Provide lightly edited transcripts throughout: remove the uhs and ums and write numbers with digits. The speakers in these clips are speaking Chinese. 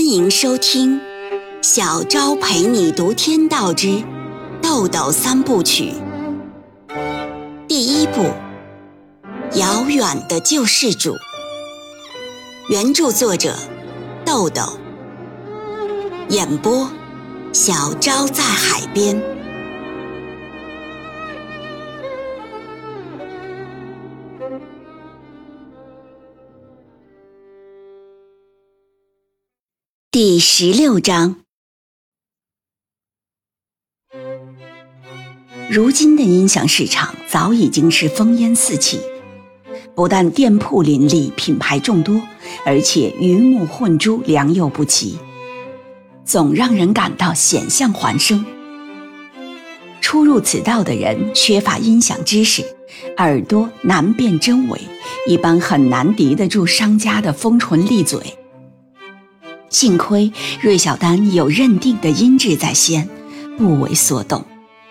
迎收听小昭陪你读天道之豆豆三部曲。第一部，遥远的救世主。原著作者豆豆，演播小昭在海边。第16章。如今的音响市场早已经是烽烟四起，不但店铺林立，品牌众多，而且鱼目混珠，良莠不齐，总让人感到险象环生。初入此道的人缺乏音响知识，耳朵难辨真伪，一般很难敌得住商家的锋唇利嘴。幸亏芮小丹有认定的音质在先，不为所动。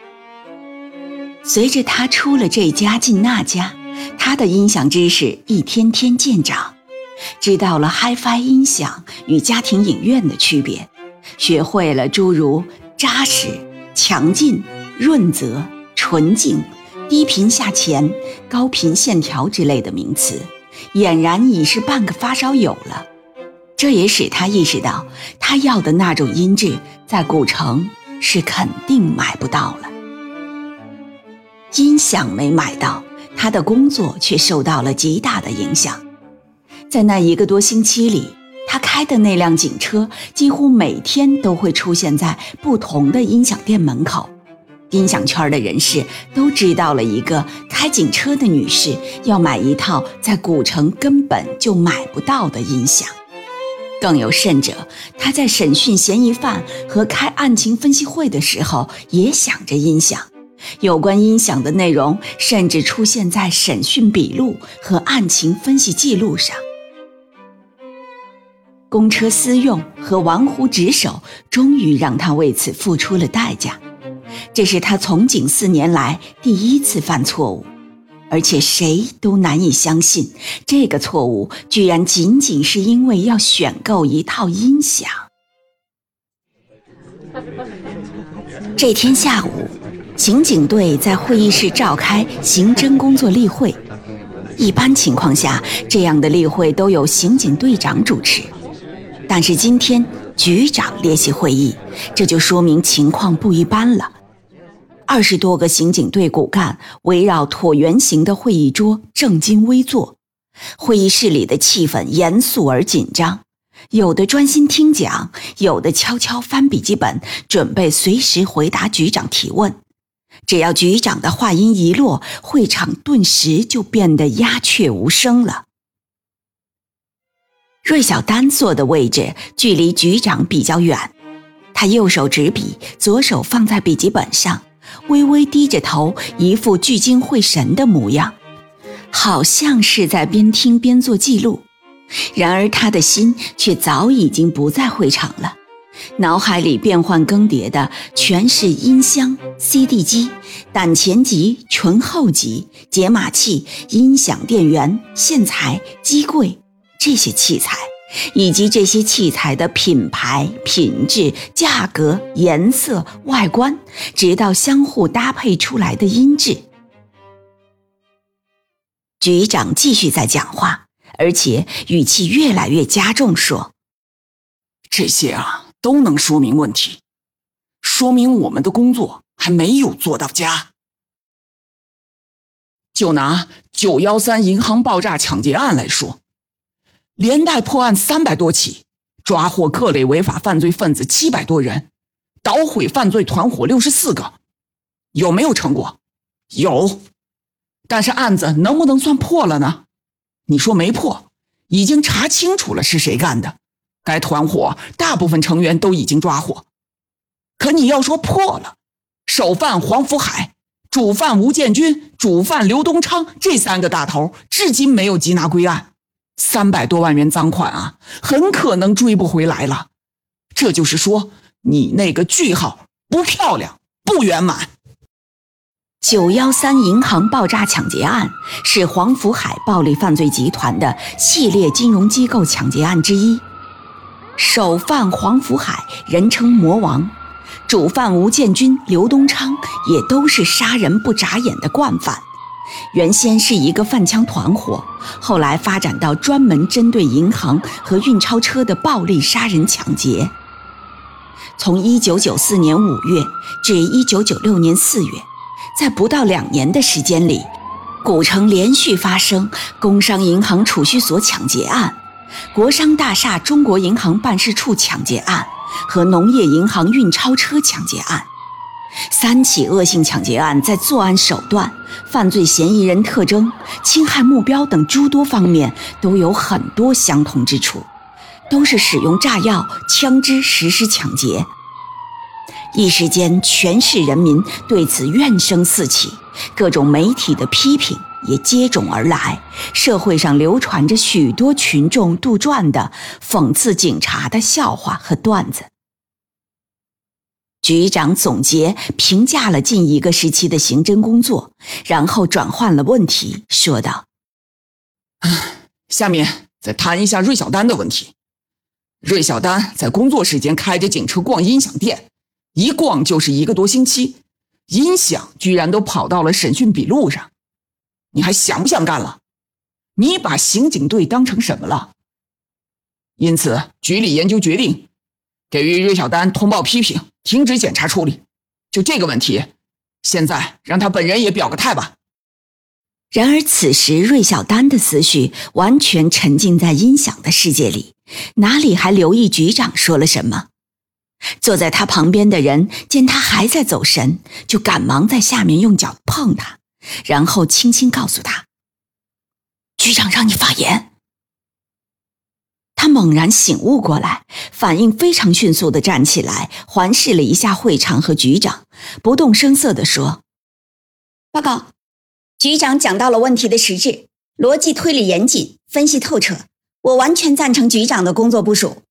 随着他出了这家进那家，他的音响知识一天天渐长，知道了 Hi-Fi 音响与家庭影院的区别，学会了诸如扎实、强劲、润泽、纯净、低频下潜、高频线条之类的名词，俨然已是半个发烧友了。这也使他意识到，他要的那种音质在古城是肯定买不到了。音响没买到，他的工作却受到了极大的影响。在那1个多星期里，他开的那辆警车几乎每天都会出现在不同的音响店门口。音响圈的人士都知道了一个开警车的女士要买一套在古城根本就买不到的音响。更有甚者，他在审讯嫌疑犯和开案情分析会的时候也想着音响，有关音响的内容甚至出现在审讯笔录和案情分析记录上。公车私用和玩忽职守终于让他为此付出了代价，这是他从警4年来第1次犯错误，而且谁都难以相信，这个错误居然仅仅是因为要选购一套音响。这天下午，刑警队在会议室召开刑侦工作例会。一般情况下，这样的例会都由刑警队长主持，但是今天局长列席会议，这就说明情况不一般了。20多个刑警队骨干围绕椭圆形的会议桌正襟危坐，会议室里的气氛严肃而紧张，有的专心听讲，有的悄悄翻笔记本，准备随时回答局长提问。只要局长的话音一落，会场顿时就变得鸦雀无声了。芮小丹坐的位置距离局长比较远，他右手执笔，左手放在笔记本上，微微低着头，一副聚精会神的模样，好像是在边听边做记录。然而他的心却早已经不在会场了，脑海里变换更迭的全是音箱、CD 机、胆前级、醇厚级、解码器、音响电源、线材、机柜，这些器材以及这些器材的品牌、品质、价格、颜色、外观，直到相互搭配出来的音质。局长继续在讲话，而且语气越来越加重，说： 这些都能说明问题，说明我们的工作还没有做到家。就拿913银行爆炸抢劫案来说，连带破案300多起，抓获各类违法犯罪分子700多人，捣毁犯罪团伙64个。有没有成果？有。但是案子能不能算破了呢？你说没破，已经查清楚了是谁干的，该团伙大部分成员都已经抓获。可你要说破了，首犯黄福海、主犯吴建军、主犯刘东昌这3个大头至今没有缉拿归案，300多万元赃款很可能追不回来了。这就是说，你那个句号不漂亮，不圆满。 913银行爆炸抢劫案是黄福海暴力犯罪集团的系列金融机构抢劫案之一。 首犯黄福海人称魔王，主犯吴建军、刘东昌也都是杀人不眨眼的惯犯。原先是一个贩枪团伙，后来发展到专门针对银行和运钞车的暴力杀人抢劫。从1994年5月至1996年4月，在不到2年的时间里，古城连续发生工商银行储蓄所抢劫案、国商大厦中国银行办事处抢劫案和农业银行运钞车抢劫案。3起恶性抢劫案在作案手段、犯罪嫌疑人特征、侵害目标等诸多方面都有很多相同之处，都是使用炸药、枪支实施抢劫。一时间，全市人民对此怨声四起，各种媒体的批评也接踵而来，社会上流传着许多群众杜撰的讽刺警察的笑话和段子。局长总结评价了近1个时期的刑侦工作，然后转换了问题，说道： 下面再谈一下芮小丹的问题。芮小丹在工作时间开着警车逛音响店，一逛就是1个多星期，音响居然都跑到了审讯笔录上。你还想不想干了？你把刑警队当成什么了？因此局里研究决定，给予芮小丹通报批评，停止检查处理。就这个问题，现在让他本人也表个态吧。 然而此时芮小丹的思绪完全沉浸在音响的世界里，哪里还留意局长说了什么？坐在他旁边的人见他还在走神，就赶忙在下面用脚碰他，然后轻轻告诉他：局长让你发言。他猛然醒悟过来，反应非常迅速地站起来，环视了一下会场和局长，不动声色地说：报告，局长讲到了问题的实质，逻辑推理严谨，分析透彻，我完全赞成局长的工作部署。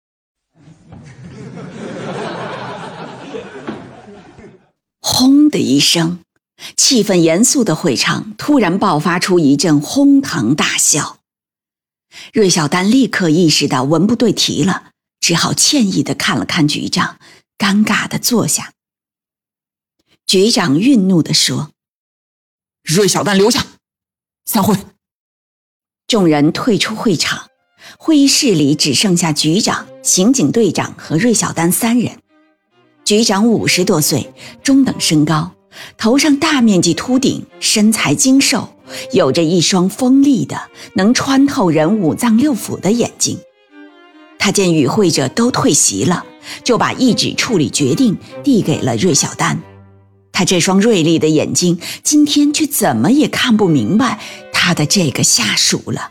轰的一声，气氛严肃的会场突然爆发出一阵哄堂大笑。芮小丹立刻意识到文不对题了，只好歉意地看了看局长，尴尬地坐下。局长愠怒地说： 芮小丹留下，散会。 众人退出会场，会议室里只剩下局长、刑警队长和芮小丹3人。局长50多岁，中等身高，头上大面积秃顶，身材精瘦，有着一双锋利的能穿透人5脏6腑的眼睛。他见与会者都退席了，就把一纸处理决定递给了芮小丹。他这双锐利的眼睛今天却怎么也看不明白他的这个下属了。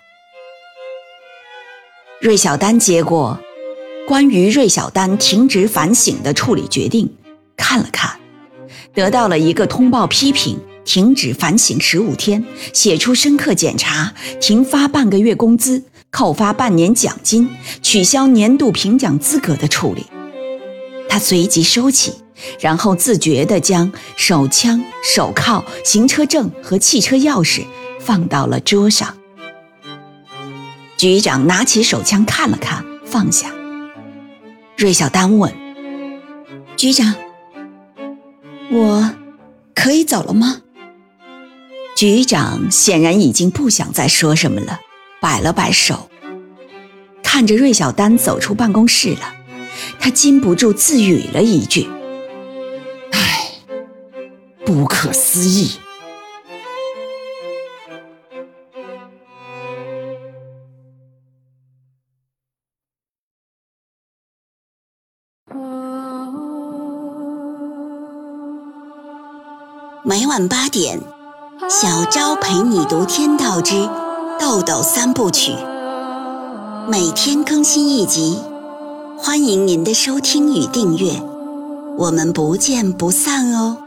芮小丹接过关于芮小丹停职反省的处理决定，看了看，得到了一个通报批评、停止反省15天、写出深刻检查、停发半个月工资、扣发半年奖金、取消年度评奖资格的处理。他随即收起，然后自觉地将手枪、手铐、行车证和汽车钥匙放到了桌上。局长拿起手枪看了看，放下。芮小丹问：局长，我可以走了吗？局长显然已经不想再说什么了，摆了摆手。看着芮小丹走出办公室了，他禁不住自语了一句： 唉，不可思议。 每晚8点，小昭陪你读天道之豆豆3部曲，每天更新1集，欢迎您的收听与订阅，我们不见不散哦。